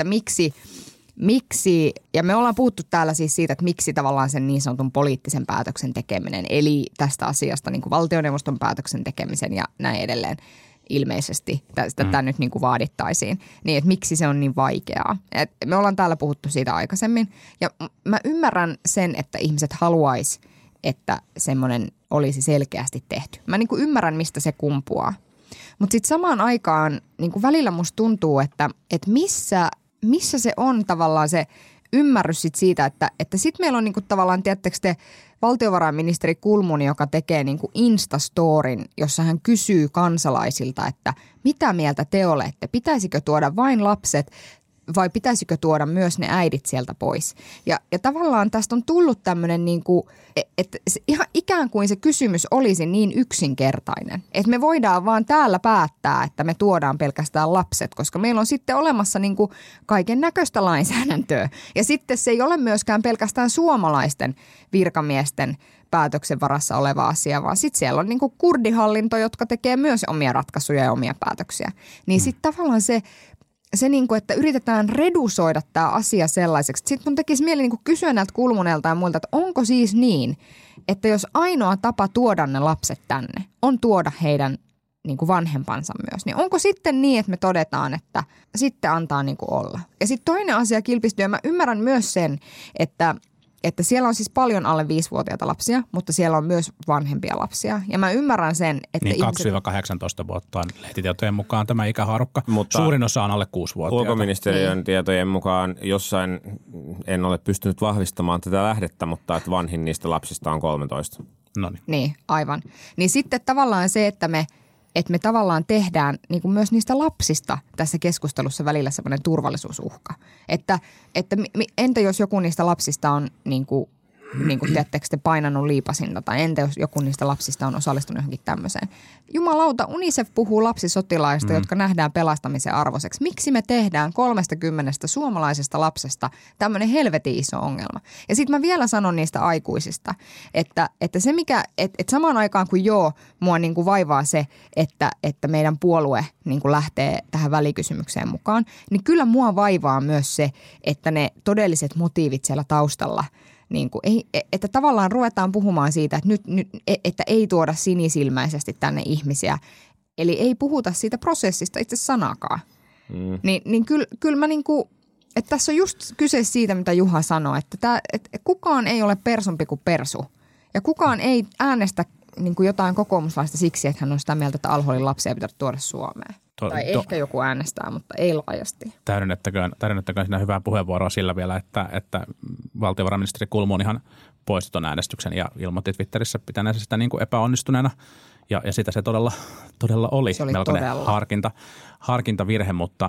miksi, ja me ollaan puhuttu täällä siis siitä, että miksi tavallaan sen niin sanotun poliittisen päätöksen tekeminen, eli tästä asiasta niin kuin valtioneuvoston päätöksen tekemisen ja näin edelleen ilmeisesti tätä nyt niin kuin vaadittaisiin, niin että miksi se on niin vaikeaa. Et me ollaan täällä puhuttu siitä aikaisemmin ja mä ymmärrän sen, että ihmiset haluaisi, että semmoinen olisi selkeästi tehty. Mä niin kuin ymmärrän, mistä se kumpuaa. Mutta sitten samaan aikaan niin kuin välillä musta tuntuu, että missä se on tavallaan se ymmärrys sit siitä, että sitten meillä on niin kuin tavallaan, tiedättekö te, valtiovarainministeri Kulmuni, joka tekee niin kuin Instastorin, jossa hän kysyy kansalaisilta, että mitä mieltä te olette, pitäisikö tuoda vain lapset vai pitäisikö tuoda myös ne äidit sieltä pois. Ja tavallaan tästä on tullut tämmöinen niin kuin, että ihan ikään kuin se kysymys olisi niin yksinkertainen, että me voidaan vaan täällä päättää, että me tuodaan pelkästään lapset, koska meillä on sitten olemassa niin kuin kaiken näköistä lainsäädäntöä. Ja sitten se ei ole myöskään pelkästään suomalaisten virkamiesten päätöksen varassa oleva asia, vaan sitten siellä on niin kuin kurdihallinto, jotka tekee myös omia ratkaisuja ja omia päätöksiä. Niin sitten tavallaan se niin kuin, että yritetään redusoida tämä asia sellaiseksi. Sitten mun tekisi mieli niin kuin kysyä näiltä Kulmunelta ja muilta, että onko siis niin, että jos ainoa tapa tuoda ne lapset tänne on tuoda heidän niin kuin vanhempansa myös, niin onko sitten niin, että me todetaan, että sitten antaa niin kuin olla. Ja sitten toinen asia kilpistyy, ja mä ymmärrän myös sen, että siellä on siis paljon alle 5-vuotiaita lapsia, mutta siellä on myös vanhempia lapsia. Ja mä ymmärrän sen, että niin 2-18 vuotta on lehtitietojen mukaan tämä ikähaarukka. Mutta suurin osa on alle 6-vuotiaita. Ulkoministeriön tietojen mukaan jossain, en ole pystynyt vahvistamaan tätä lähdettä, mutta että vanhin niistä lapsista on 13. Niin, aivan. Niin sitten tavallaan se, että me tavallaan tehdään niin kuin myös niistä lapsista tässä keskustelussa välillä semmoinen turvallisuusuhka. Että entä jos joku niistä lapsista on niin kuin tiedättekö te painanut liipasinta tai entä jos joku niistä lapsista on osallistunut johonkin tämmöiseen. Jumalauta, UNICEF puhuu lapsisotilaista, jotka nähdään pelastamisen arvoiseksi. Miksi me tehdään 30 suomalaisesta lapsesta tämmöinen helvetin iso ongelma? Ja sitten mä vielä sanon niistä aikuisista, että se mikä, että samaan aikaan kuin mua niin kuin vaivaa se, että meidän puolue niin kuin lähtee tähän välikysymykseen mukaan, niin kyllä mua vaivaa myös se, että ne todelliset motiivit siellä taustalla niin kuin että tavallaan ruvetaan puhumaan siitä, että nyt että ei tuoda sinisilmäisesti tänne ihmisiä. Eli ei puhuta siitä prosessista itse sanakaan. Niin kyllä mä niin kuin, että tässä on just kyse siitä, mitä Juha sanoi, että kukaan ei ole persumpi kuin persu. Ja kukaan ei äänestä niin kuin jotain kokoomuslaista siksi, että hän on sitä mieltä, että Al-Holin lapsia pitää tuoda Suomeen. Tai ehkä joku äänestää, mutta ei laajasti. Täydennettäköön siinä hyvää puheenvuoroa sillä vielä, että valtiovarainministeri Kulmunihan poisti ton äänestyksen ja ilmoitti Twitterissä pitäneensä sitä niin kuin epäonnistuneena. Ja sitä se todella oli. Se oli melkoinen todella harkintavirhe, mutta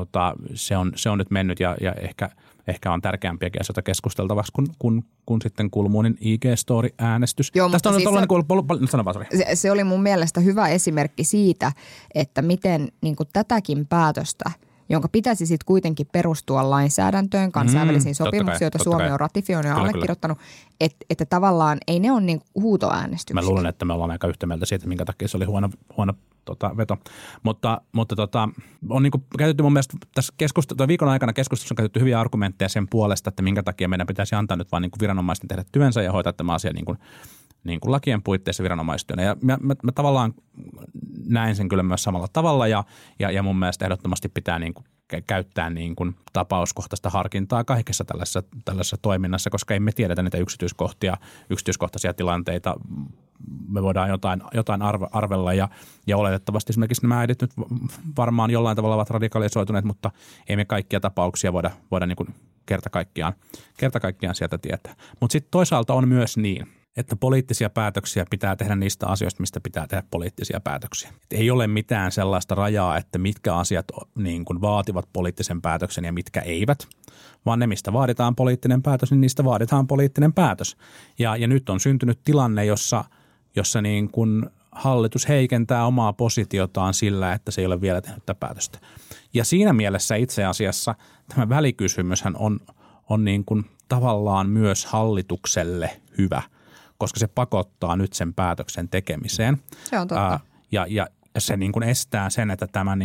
se on nyt mennyt ja ehkä on tärkeämpiäkin asioita keskusteltavaksi kun sitten Kulmunin IG-story-äänestys. Joo, tästä on siis se oli mun mielestä hyvä esimerkki siitä, että miten niin kuin tätäkin päätöstä jonka pitäisi sitten kuitenkin perustua lainsäädäntöön, kansainvälisiin sopimuksiin, joita Suomi on ratifioinut ja allekirjoittanut, että tavallaan ei ne ole niin huutoäänestyksiä. Mä luulen, että me ollaan aika yhtä mieltä siitä, minkä takia se oli huono veto. Mutta on niin kuin käytetty mun mielestä tässä viikon aikana keskustelussa on käytetty hyviä argumentteja sen puolesta, että minkä takia meidän pitäisi antaa nyt vaan niin kuin viranomaisten tehdä työnsä ja hoitaa tämä asia niin kuin lakien puitteissa viranomaistyönä. Ja mä tavallaan näin sen kyllä myös samalla tavalla ja mun mielestä ehdottomasti pitää niin kuin käyttää niin kuin tapauskohtaista harkintaa kaikessa tällaisessa toiminnassa, koska emme tiedetä niitä yksityiskohtaisia tilanteita. Me voidaan jotain arvella ja oletettavasti esimerkiksi nämä äidit nyt varmaan jollain tavalla ovat radikalisoituneet, mutta ei me kaikkia tapauksia voida niin kuin kerta kaikkiaan sieltä tietää. Mutta sitten toisaalta on myös niin, että poliittisia päätöksiä pitää tehdä niistä asioista, mistä pitää tehdä poliittisia päätöksiä. Et ei ole mitään sellaista rajaa, että mitkä asiat niin kuin vaativat poliittisen päätöksen ja mitkä eivät, vaan ne, mistä vaaditaan poliittinen päätös, niin niistä vaaditaan poliittinen päätös. Ja nyt on syntynyt tilanne, jossa niin kuin hallitus heikentää omaa positiotaan sillä, että se ei ole vielä tehnyt tätä päätöstä. Ja siinä mielessä itse asiassa tämä välikysymyshän on niin kuin tavallaan myös hallitukselle hyvä, koska se pakottaa nyt sen päätöksen tekemiseen. Se on totta. Ja se niin kuin estää sen, että tämä,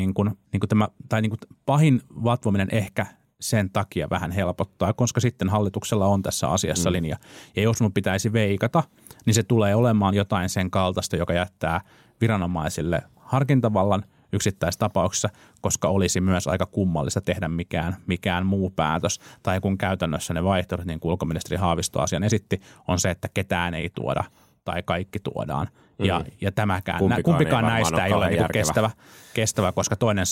pahin vatvominen ehkä sen takia vähän helpottaa, koska sitten hallituksella on tässä asiassa linja. Ja jos mun pitäisi veikata, niin se tulee olemaan jotain sen kaltaista, joka jättää viranomaisille harkintavallan yksittäistapauksessa, koska olisi myös aika kummallista tehdä mikään muu päätös. Tai kun käytännössä ne vaihtoehdot, niin kuin ulkoministeri Haavisto asian esitti, on se, että ketään ei tuoda tai kaikki tuodaan. Ja kumpikaan näistä ei ole niin kestävä, koska toinen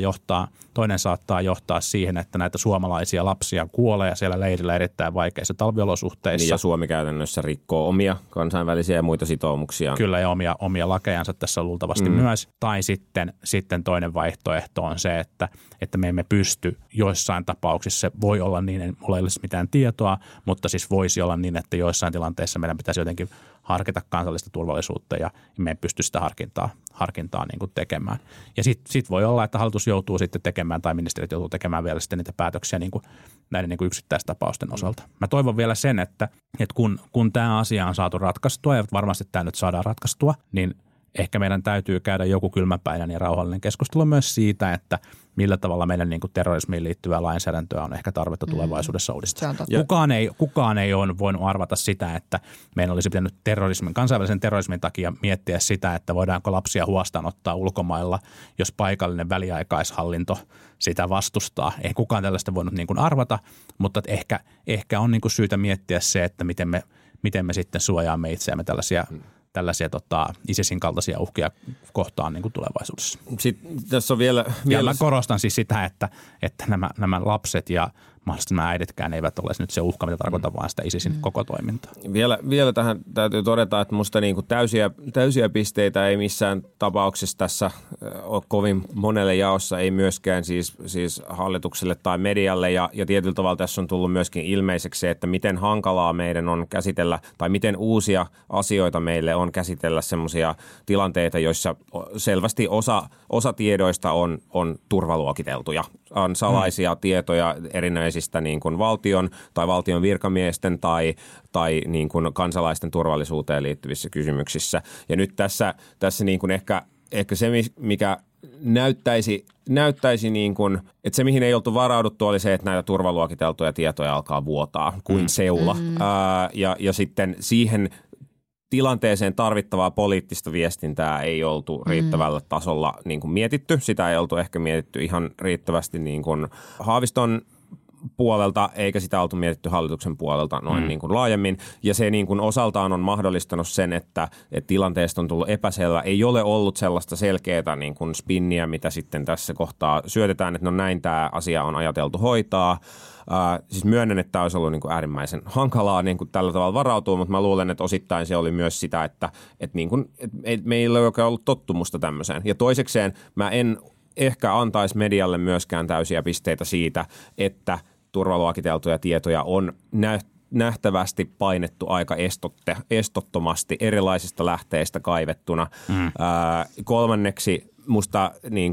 saattaa johtaa siihen, että näitä suomalaisia lapsia kuolee siellä leirillä erittäin vaikeissa talviolosuhteissa. Niin ja Suomi käytännössä rikkoo omia kansainvälisiä ja muita sitoumuksia. Kyllä ja omia lakejansa tässä luultavasti myös. Tai sitten toinen vaihtoehto on se, että me emme pysty joissain tapauksissa, voi olla niin, että mulla ei olisi mitään tietoa, mutta siis voisi olla niin, että joissain tilanteissa meidän pitäisi jotenkin harkita kansallista turvallisuutta ja me ei pysty sitä harkintaa niin kuin tekemään. Ja sitten voi olla, että hallitus joutuu sitten tekemään tai ministerit joutuu tekemään vielä sitten niitä päätöksiä niin kuin näiden niin kuin yksittäistapausten osalta. Mä toivon vielä sen, että kun tämä asia on saatu ratkaistua ja varmasti tämä nyt saadaan ratkaistua, niin ehkä meidän täytyy käydä joku kylmäpäinen ja rauhallinen keskustelu myös siitä, että millä tavalla meidän niin kuin terrorismiin liittyvää lainsäädäntöä on ehkä tarvetta tulevaisuudessa uudistaa. Kukaan ei ole voinut arvata sitä, että meidän olisi pitänyt kansainvälisen terrorismin takia miettiä sitä, että voidaanko lapsia huostaanottaa ulkomailla, jos paikallinen väliaikaishallinto sitä vastustaa. Ei kukaan tällaista voinut niin kuin arvata, mutta ehkä on niin kuin syytä miettiä se, että miten me sitten suojaamme itseämme tällaisia ISISin kaltaisia uhkia kohtaan niin kuin tulevaisuudessa. Sitten tässä on vielä mä korostan siis sitä, että nämä lapset ja mahdollisesti nämä äiditkään eivät ole nyt se uhka, mitä tarkoittaa vaan sitä ISISin koko toimintaa. Vielä tähän täytyy todeta, että musta niin kuin täysiä pisteitä ei missään tapauksessa tässä ole kovin monelle jaossa, ei myöskään siis hallitukselle tai medialle ja tietyllä tavalla tässä on tullut myöskin ilmeiseksi se, että miten hankalaa meidän on käsitellä tai miten uusia asioita meille on käsitellä semmoisia tilanteita, joissa selvästi osa tiedoista on turvaluokiteltuja, on salaisia tietoja erinäisistä niin kuin valtion virkamiesten tai niin kuin kansalaisten turvallisuuteen liittyvissä kysymyksissä. Ja nyt tässä niin kuin ehkä se, mikä näyttäisi niin kuin, että se mihin ei oltu varauduttu oli se, että näitä turvaluokiteltuja tietoja alkaa vuotaa kuin seula. Ja sitten siihen tilanteeseen tarvittavaa poliittista viestintää ei oltu riittävällä tasolla niin kuin mietitty. Sitä ei oltu ehkä mietitty ihan riittävästi niin kuin Haaviston puolelta, eikä sitä oltu mietitty hallituksen puolelta noin niin kuin laajemmin. Ja se niin kuin osaltaan on mahdollistanut sen, että tilanteesta on tullut epäselvä. Ei ole ollut sellaista selkeää niin kuin spinniä, mitä sitten tässä kohtaa syötetään, että no näin tämä asia on ajateltu hoitaa. Siis myönnän, että tämä olisi ollut niin kuin äärimmäisen hankalaa niin kuin tällä tavalla varautua, mutta mä luulen, että osittain se oli myös sitä, että meillä ei ole ollut tottumusta tämmöiseen. Ja toisekseen mä en ehkä antaisi medialle myöskään täysiä pisteitä siitä, että turvaluokiteltuja tietoja on nähtävästi painettu aika estottomasti erilaisista lähteistä kaivettuna. Kolmanneksi musta niin kuin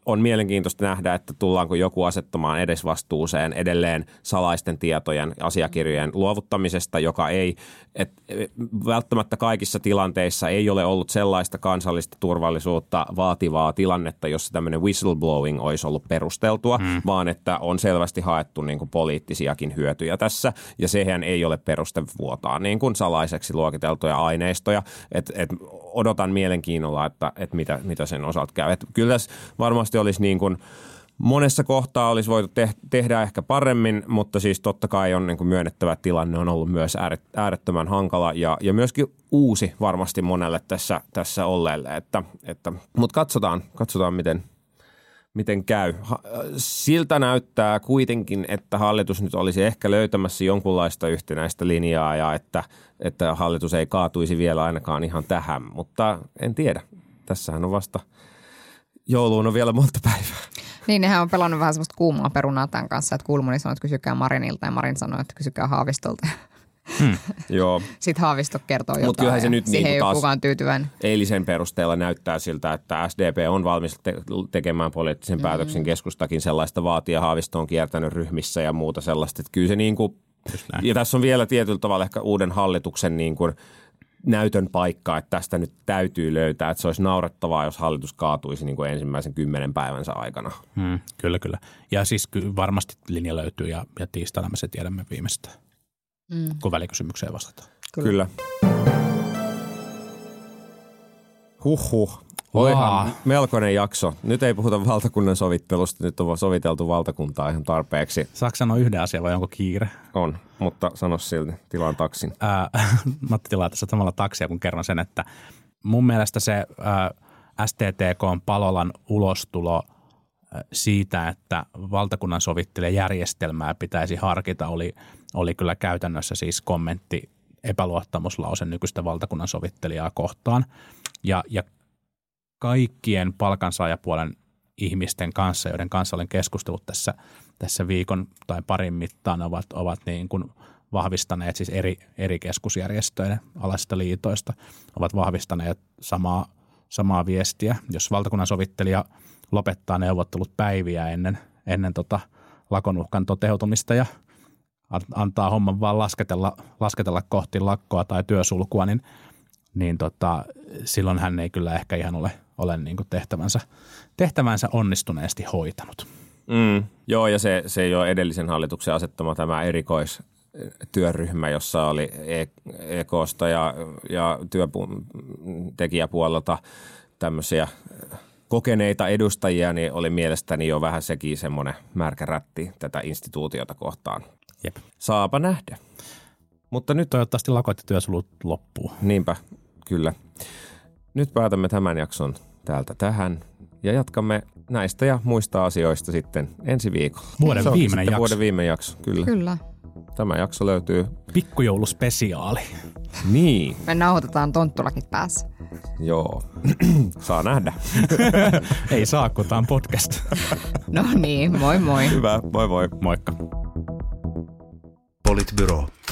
on mielenkiintoista nähdä, että tullaanko joku asettamaan edesvastuuseen edelleen salaisten tietojen asiakirjojen luovuttamisesta, joka ei välttämättä kaikissa tilanteissa ei ole ollut sellaista kansallista turvallisuutta vaativaa tilannetta, jossa tämmöinen whistleblowing olisi ollut perusteltua, vaan että on selvästi haettu niin kuin poliittisiakin hyötyjä tässä, ja sehän ei ole peruste vuotaa niin kuin salaiseksi luokiteltuja aineistoja. Odotan mielenkiinnolla, että mitä sen osalta käy. Kyllä tässä varmasti olisi niin kuin monessa kohtaa olisi voitu tehdä ehkä paremmin, mutta siis totta kai on niin kuin myönnettävä, että tilanne on ollut myös äärettömän hankala ja myöskin uusi varmasti monelle tässä olleelle. Mutta katsotaan miten käy. Siltä näyttää kuitenkin, että hallitus nyt olisi ehkä löytämässä jonkunlaista yhtenäistä linjaa ja että hallitus ei kaatuisi vielä ainakaan ihan tähän, mutta en tiedä. Tässähän on vasta jouluun on vielä monta päivää. Niin, nehän on pelannut vähän semmoista kuumaa perunaa tämän kanssa, että Kulmuni sanoi, että kysykää Marinilta ja Marin sanoi, että kysykää Haavistolta. Joo. Sitten Haavisto kertoo jotain. Mutta kyllähän se nyt siihen ei ole kukaan tyytyväinen. Eilisen perusteella näyttää siltä, että SDP on valmis tekemään poliittisen päätöksen. Keskustakin sellaista vaatia. Haavisto on kiertänyt ryhmissä ja muuta sellaista. Että kyllä se niin kuin, ja tässä on vielä tietyllä tavalla ehkä uuden hallituksen niin kuin näytön paikka, että tästä nyt täytyy löytää, että se olisi naurettavaa, jos hallitus kaatuisi niin kuin ensimmäisen 10 päivänsä aikana. Kyllä. Ja siis varmasti linja löytyy ja tiistaina me se tiedämme viimeistään, kun välikysymykseen vastataan. Kyllä. Olihan melkoinen jakso. Nyt ei puhuta valtakunnan sovittelusta, nyt on soviteltu valtakuntaa ihan tarpeeksi. Saatko sanoa yhden asian vai onko kiire? On, mutta sano silti, tilaan taksin. Matti tilaa tässä samalla taksia, kun kerron sen, että mun mielestä se STTK:n Palolan ulostulo siitä, että valtakunnan sovittelijajärjestelmää pitäisi harkita, oli kyllä käytännössä siis kommentti epäluottamuslause nykyistä valtakunnan sovittelijaa kohtaan. Ja kaikkien palkansaajapuolen ihmisten kanssa, joiden kanssa olen keskustellut tässä viikon tai parin mittaan, ovat niin kuin vahvistaneet, siis eri keskusjärjestöiden alaisista liitoista, ovat vahvistaneet samaa viestiä. Jos valtakunnan sovittelija lopettaa neuvottelut päiviä ennen lakonuhkan toteutumista ja antaa homman vaan lasketella kohti lakkoa tai työsulkua, niin silloin hän ei kyllä ehkä ihan ole niin kuin tehtävänsä onnistuneesti hoitanut. Joo, ja se ei ole edellisen hallituksen asettama tämä erikoistyöryhmä, jossa oli EK:sta ja työntekijäpuolelta tämmöisiä kokeneita edustajia, niin oli mielestäni jo vähän sekin semmoinen märkä rätti tätä instituutiota kohtaan. Jep. Saapa nähdä. Mutta nyt toivottavasti lakot ja työsulut loppuu. Niinpä, kyllä. Nyt päätämme tämän jakson täältä tähän ja jatkamme näistä ja muista asioista sitten ensi viikolla. Vuoden viimeinen jakso, Kyllä. Tämä jakso löytyy. Pikkujouluspesiaali. Niin. Me nauhoitetaan tonttulakit päässä. Joo. Saa nähdä. Ei saa, kun tämä on podcast. No niin, moi moi. Hyvä, moi moi. Moikka. Politbyro.